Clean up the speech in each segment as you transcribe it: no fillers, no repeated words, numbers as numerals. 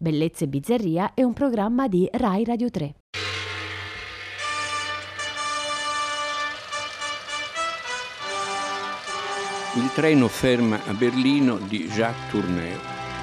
Bellezza e Bizzarria è un programma di Rai Radio 3. Il treno ferma a Berlino di Jacques Tourneur.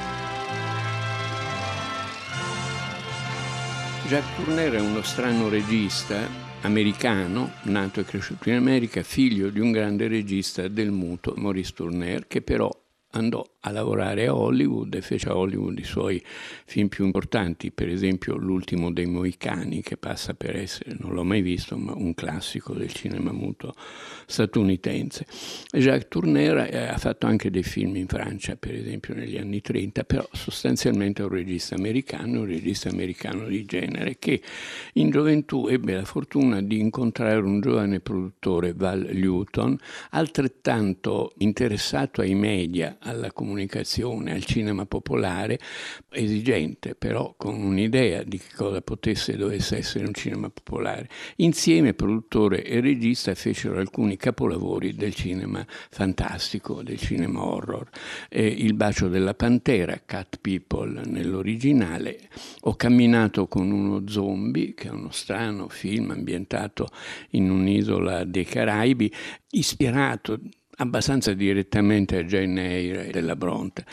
Jacques Tourneur è uno strano regista americano, nato e cresciuto in America, figlio di un grande regista del muto, Maurice Tourneur, che però andò a lavorare a Hollywood e fece a Hollywood i suoi film più importanti, per esempio L'ultimo dei Mohicani, che passa per essere, non l'ho mai visto, ma un classico del cinema muto statunitense. Jacques Tourneur ha fatto anche dei film in Francia, per esempio negli anni 30, però sostanzialmente è un regista americano di genere, che in gioventù ebbe la fortuna di incontrare un giovane produttore, Val Lewton, altrettanto interessato ai media, alla comunicazione, al cinema popolare, esigente, però con un'idea di che cosa potesse e dovesse essere un cinema popolare. Insieme, produttore e regista, fecero alcuni capolavori del cinema fantastico, del cinema horror. Il bacio della pantera, Cat People nell'originale, Ho camminato con uno zombie, che è uno strano film ambientato in un'isola dei Caraibi, ispirato abbastanza direttamente a Jane Eyre della Brontë,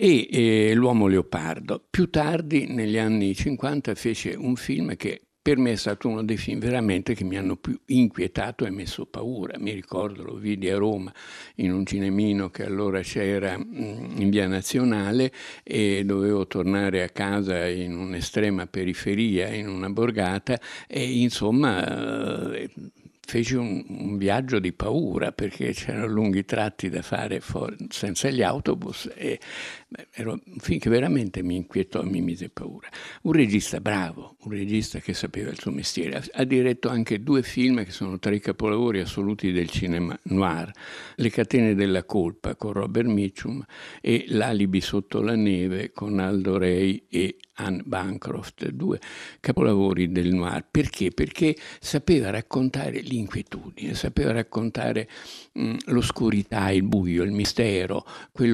e L'uomo leopardo. Più tardi, negli anni 50, fece un film che per me è stato uno dei film veramente che mi hanno più inquietato e messo paura. Mi ricordo, lo vidi a Roma in un cinemino che allora c'era in Via Nazionale, e dovevo tornare a casa in un'estrema periferia, in una borgata, e insomma feci un viaggio di paura, perché c'erano lunghi tratti da fare senza gli autobus, e era un film che veramente mi inquietò e mi mise paura. Un regista bravo, un regista che sapeva il suo mestiere. Ha diretto anche 2 film che sono tra i capolavori assoluti del cinema noir: Le catene della colpa con Robert Mitchum e L'alibi sotto la neve con Aldo Ray e Anne Bancroft, 2 capolavori del noir. Perché? Perché sapeva raccontare l'inquietudine, sapeva raccontare l'oscurità, il buio, il mistero,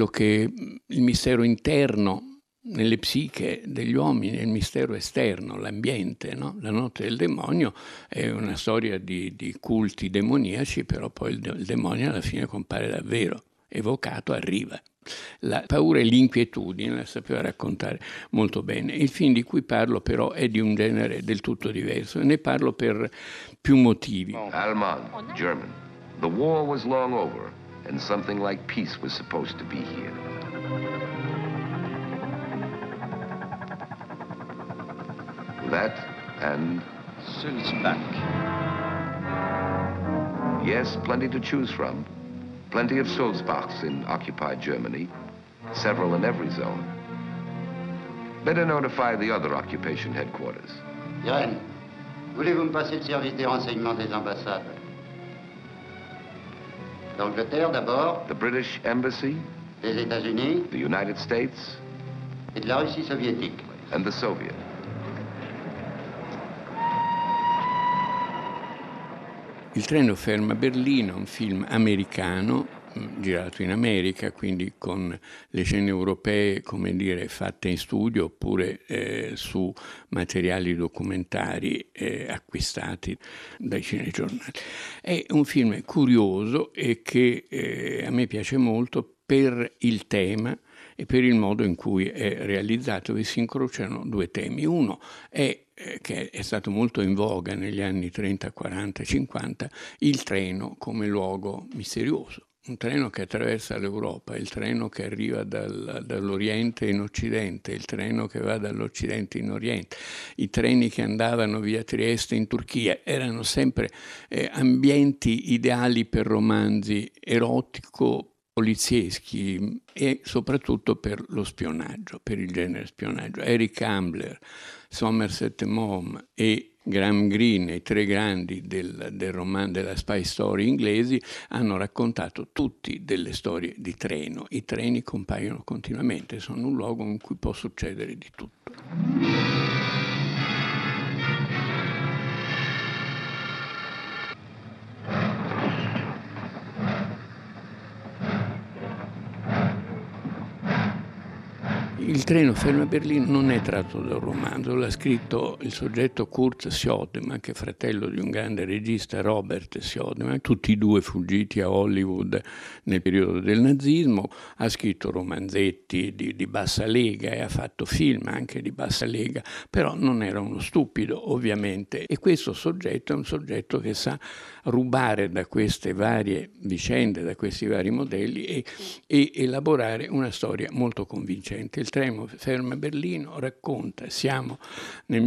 il mistero interno nelle psiche degli uomini, il mistero esterno, l'ambiente, no? La notte del demonio è una storia di culti demoniaci, però poi il demonio alla fine compare davvero, evocato, arriva. La paura e l'inquietudine la sapeva raccontare molto bene. Il film di cui parlo però è di un genere del tutto diverso, e ne parlo per più motivi. Alman, German. The war was long over and something like peace was supposed to be here. That and Sulzbach. Yes, plenty to choose from. Plenty of Sulzbachs in occupied Germany, several in every zone. Better notify the other occupation headquarters. Irène, voulez-vous me passer le service des renseignements des ambassades? D'Angleterre d'abord. The British Embassy. Des États-Unis. The United States. Et de la Russie soviétique. And the Soviet. Il treno ferma a Berlino, un film americano, girato in America, quindi con le scene europee, come dire, fatte in studio oppure su materiali documentari acquistati dai cinegiornali. È un film curioso e che a me piace molto per il tema e per il modo in cui è realizzato, e si incrociano 2 temi. Uno è che è stato molto in voga negli anni 30, 40, 50, il treno come luogo misterioso. Un treno che attraversa l'Europa, il treno che arriva dall'Oriente in Occidente, il treno che va dall'Occidente in Oriente, i treni che andavano via Trieste in Turchia, erano sempre ambienti ideali per romanzi erotico, polizieschi e soprattutto per lo spionaggio, per il genere spionaggio. Eric Ambler, Somerset Maugham e Graham Greene, i 3 grandi della spy story inglesi, hanno raccontato tutti delle storie di treno. I treni compaiono continuamente, sono un luogo in cui può succedere di tutto. Il treno ferma a Berlino non è tratto da un romanzo, l'ha scritto il soggetto Kurt Siodmak, che è fratello di un grande regista, Robert Siodmak, tutti e due fuggiti a Hollywood nel periodo del nazismo. Ha scritto romanzetti di bassa lega e ha fatto film anche di bassa lega, però non era uno stupido ovviamente, e questo soggetto è un soggetto che sa rubare da queste varie vicende, da questi vari modelli e elaborare una storia molto convincente. Il treno ferma a Berlino racconta, siamo nel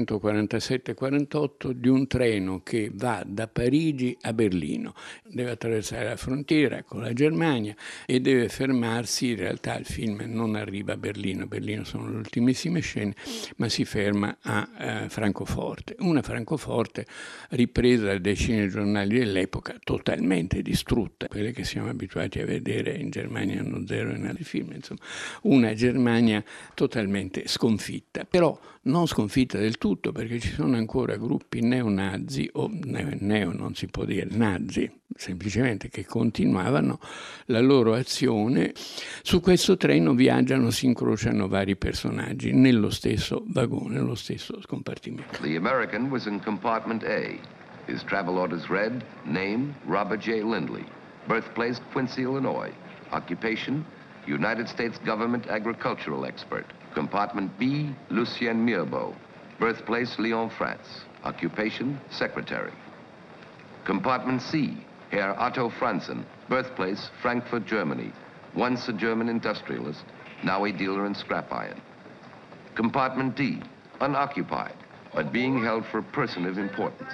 1947-48, di un treno che va da Parigi a Berlino, deve attraversare la frontiera con la Germania e deve fermarsi. In realtà il film non arriva a Berlino sono le ultimissime scene, ma si ferma a Francoforte, una Francoforte ripresa da decine di giornali dell'epoca, totalmente distrutta, quelle che siamo abituati a vedere in Germania Anno Zero e in altri film, insomma, una Germania totalmente sconfitta, però non sconfitta del tutto, perché ci sono ancora gruppi neonazi, o neo non si può dire, nazi, semplicemente, che continuavano la loro azione. Su questo treno viaggiano, si incrociano vari personaggi nello stesso vagone, nello stesso scompartimento. The American was in compartment A. His travel orders read, name, Robert J. Lindley, birthplace, Quincy, Illinois, occupation, United States government agricultural expert. Compartment B, Lucien Mirbeau, birthplace, Lyon, France, occupation, secretary. Compartment C, Herr Otto Franzen, birthplace, Frankfurt, Germany, once a German industrialist, now a dealer in scrap iron. Compartment D, unoccupied, but being held for a person of importance.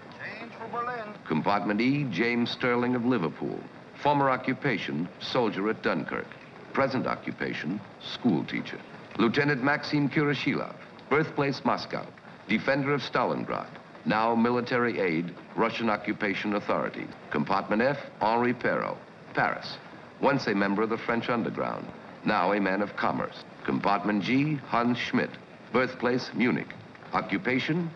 Compartment E, James Sterling of Liverpool, former occupation, soldier at Dunkirk, present occupation, school teacher. Lieutenant Maxim Kurashilov, birthplace Moscow, defender of Stalingrad, now military aide, Russian occupation authorities. Compartment F, Henri Perrault, Paris, once a member of the French underground, now a man of commerce. Compartment G, Hans Schmidt, birthplace Munich, occupation.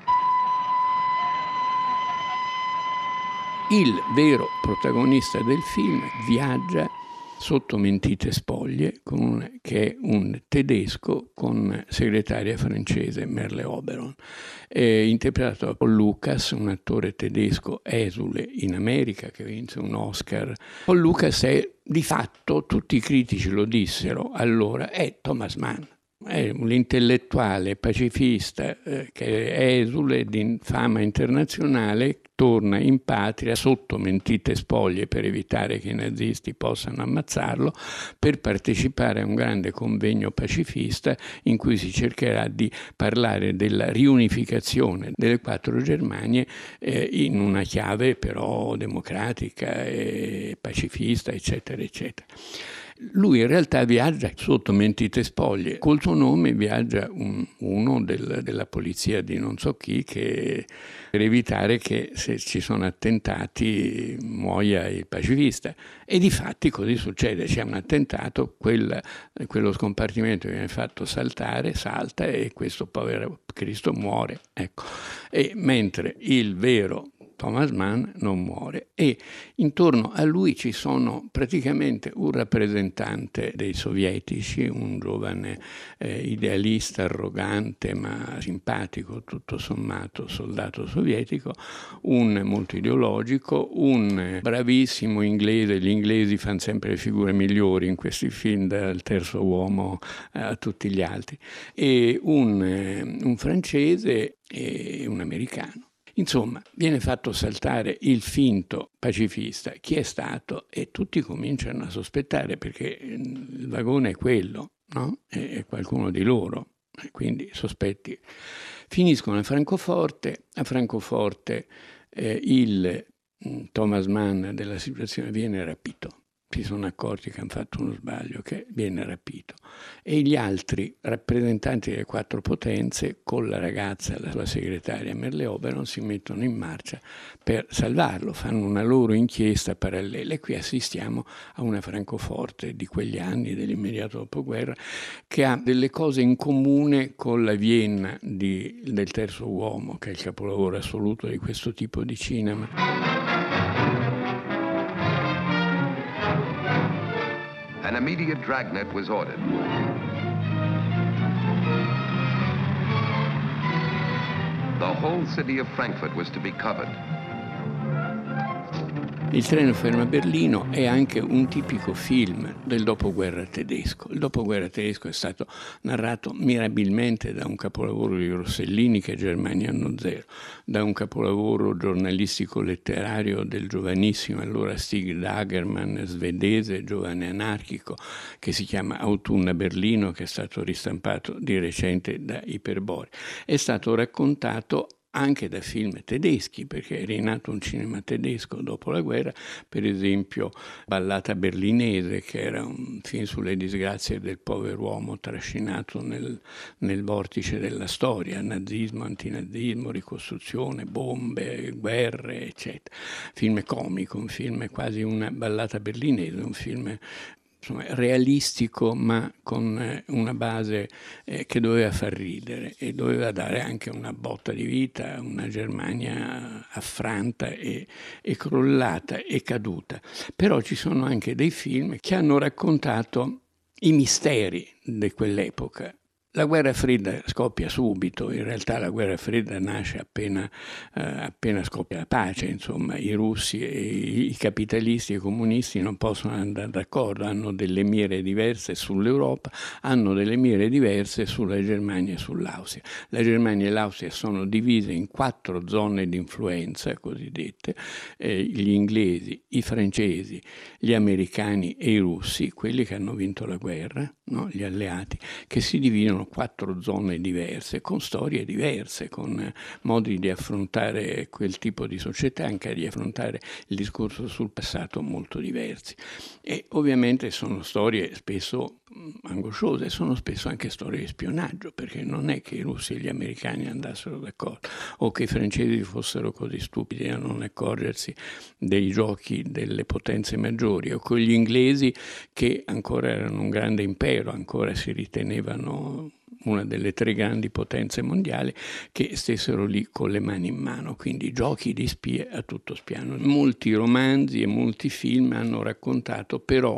Il vero protagonista del film viaggia sotto mentite spoglie che è un tedesco con segretaria francese, Merle Oberon, interpretato da Paul Lucas, un attore tedesco esule in America che vinse un Oscar. Paul Lucas è, di fatto, tutti i critici lo dissero allora, è Thomas Mann. È un intellettuale pacifista che è esule di fama internazionale, torna in patria sotto mentite spoglie per evitare che i nazisti possano ammazzarlo, per partecipare a un grande convegno pacifista in cui si cercherà di parlare della riunificazione delle 4 Germanie in una chiave però democratica e pacifista, eccetera, eccetera. Lui in realtà viaggia sotto mentite spoglie, col suo nome viaggia uno della polizia di non so chi, che per evitare che se ci sono attentati muoia il pacifista. E difatti così succede, c'è un attentato, quello scompartimento viene fatto saltare, salta e questo povero Cristo muore. Ecco. E mentre il vero Thomas Mann non muore, e intorno a lui ci sono praticamente un rappresentante dei sovietici, un giovane idealista, arrogante ma simpatico, tutto sommato soldato sovietico, un molto ideologico, un bravissimo inglese. Gli inglesi fanno sempre le figure migliori in questi film, dal Terzo Uomo a tutti gli altri, e un francese e un americano. Insomma, viene fatto saltare il finto pacifista, chi è stato, e tutti cominciano a sospettare, perché il vagone è quello, no? È qualcuno di loro, e quindi sospetti. Finiscono a Francoforte. A Francoforte il Thomas Mann della situazione viene rapito. Si sono accorti che hanno fatto uno sbaglio, che viene rapito, e gli altri rappresentanti delle 4 potenze con la ragazza, la sua segretaria Merle Oberon, si mettono in marcia per salvarlo, fanno una loro inchiesta parallela, e qui assistiamo a una Francoforte di quegli anni, dell'immediato dopoguerra, che ha delle cose in comune con la Vienna del Terzo Uomo, che è il capolavoro assoluto di questo tipo di cinema. An immediate dragnet was ordered. whole city of Frankfurt was to be covered. Il treno ferma a Berlino è anche un tipico film del dopoguerra tedesco. Il dopoguerra tedesco è stato narrato mirabilmente da un capolavoro di Rossellini, che è Germania anno zero, da un capolavoro giornalistico letterario del giovanissimo allora Stig Dagerman, svedese, giovane anarchico, che si chiama Autunno a Berlino, che è stato ristampato di recente da Iperbore. È stato raccontato anche da film tedeschi, perché è rinato un cinema tedesco dopo la guerra, per esempio Ballata berlinese, che era un film sulle disgrazie del pover'uomo trascinato nel vortice della storia, nazismo, antinazismo, ricostruzione, bombe, guerre, eccetera. Film comico, un film quasi una ballata berlinese, un film realistico, ma con una base che doveva far ridere e doveva dare anche una botta di vita a una Germania affranta e crollata e caduta. Però ci sono anche dei film che hanno raccontato i misteri di quell'epoca. La guerra fredda scoppia subito, in realtà la guerra fredda nasce appena scoppia la pace, insomma i russi e i capitalisti e i comunisti non possono andare d'accordo, hanno delle mire diverse sull'Europa, hanno delle mire diverse sulla Germania e sull'Austria. La Germania e l'Austria sono divise in 4 zone di influenza cosiddette, gli inglesi, i francesi, gli americani e i russi, quelli che hanno vinto la guerra, no? Gli alleati, che si dividono 4 zone diverse, con storie diverse, con modi di affrontare quel tipo di società, anche di affrontare il discorso sul passato molto diversi. E ovviamente sono storie spesso angosciose, sono spesso anche storie di spionaggio, perché non è che i russi e gli americani andassero d'accordo o che i francesi fossero così stupidi a non accorgersi dei giochi delle potenze maggiori, o con gli inglesi che ancora erano un grande impero, ancora si ritenevano una delle 3 grandi potenze mondiali, che stessero lì con le mani in mano, quindi giochi di spie a tutto spiano. Molti romanzi e molti film hanno raccontato però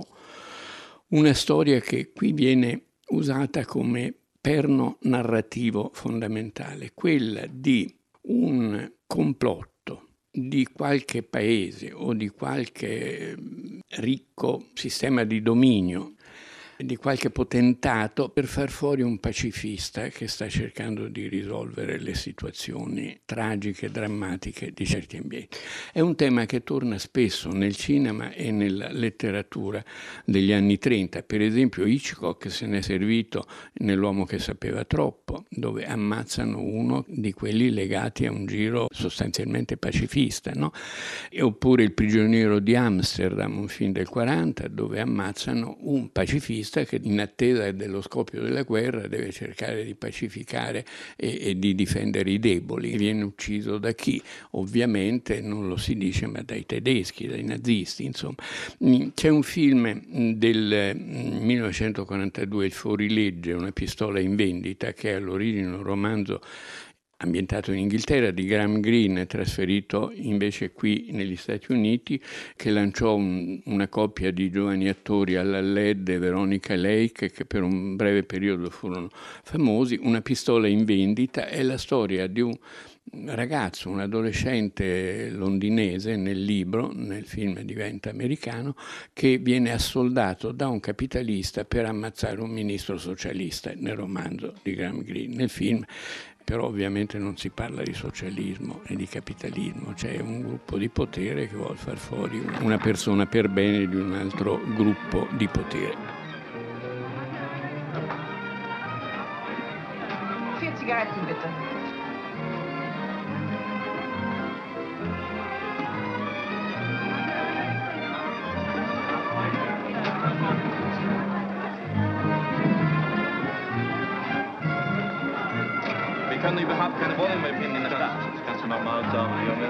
una storia che qui viene usata come perno narrativo fondamentale, quella di un complotto di qualche paese o di qualche ricco sistema di dominio, di qualche potentato, per far fuori un pacifista che sta cercando di risolvere le situazioni tragiche, drammatiche di certi ambienti. È un tema che torna spesso nel cinema e nella letteratura degli anni 30. Per esempio Hitchcock se n'è servito nell'Uomo che sapeva troppo, dove ammazzano uno di quelli legati a un giro sostanzialmente pacifista, no? Oppure Il prigioniero di Amsterdam, un film del 40, dove ammazzano un pacifista che in attesa dello scoppio della guerra deve cercare di pacificare e di difendere i deboli. Viene ucciso da chi? Ovviamente non lo si dice, ma dai tedeschi, dai nazisti, insomma. C'è un film del 1942, Il fuorilegge, una pistola in vendita, che è all'origine un romanzo ambientato in Inghilterra, di Graham Greene, trasferito invece qui negli Stati Uniti, che lanciò una coppia di giovani attori, Alla Ladd e Veronica Lake, che per un breve periodo furono famosi. Una pistola in vendita è la storia di un ragazzo, un adolescente londinese nel libro, nel film diventa americano, che viene assoldato da un capitalista per ammazzare un ministro socialista, nel romanzo di Graham Greene. Nel film però ovviamente non si parla di socialismo e di capitalismo, c'è un gruppo di potere che vuole far fuori una persona per bene di un altro gruppo di potere. 4 Zigaretten bitte. Wir können überhaupt keine Wohnung mehr finden in der Stadt. Das kannst du nochmal sagen, Junge.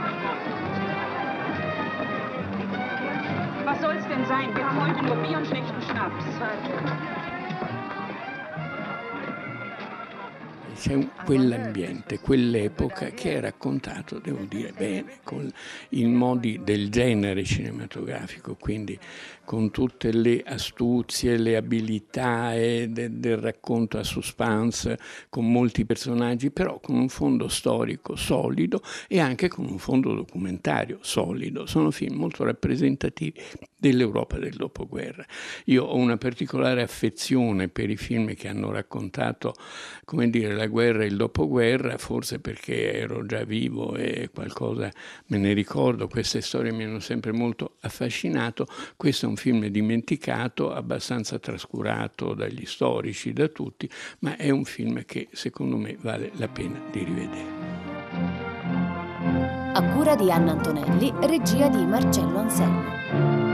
Was soll's denn sein? Wir haben heute nur Bier und schlechten Schnaps. c'è quell'ambiente, quell'epoca che è raccontato, devo dire, bene, con i modi del genere cinematografico, quindi con tutte le astuzie, le abilità del racconto a suspense, con molti personaggi, però con un fondo storico solido e anche con un fondo documentario solido. Sono film molto rappresentativi dell'Europa del dopoguerra. Io ho una particolare affezione per i film che hanno raccontato, come dire, la guerra e il dopoguerra, forse perché ero già vivo e qualcosa me ne ricordo, queste storie mi hanno sempre molto affascinato. Questo è un film dimenticato, abbastanza trascurato dagli storici, da tutti, ma è un film che secondo me vale la pena di rivedere. A cura di Anna Antonelli, regia di Marcello Anselmo.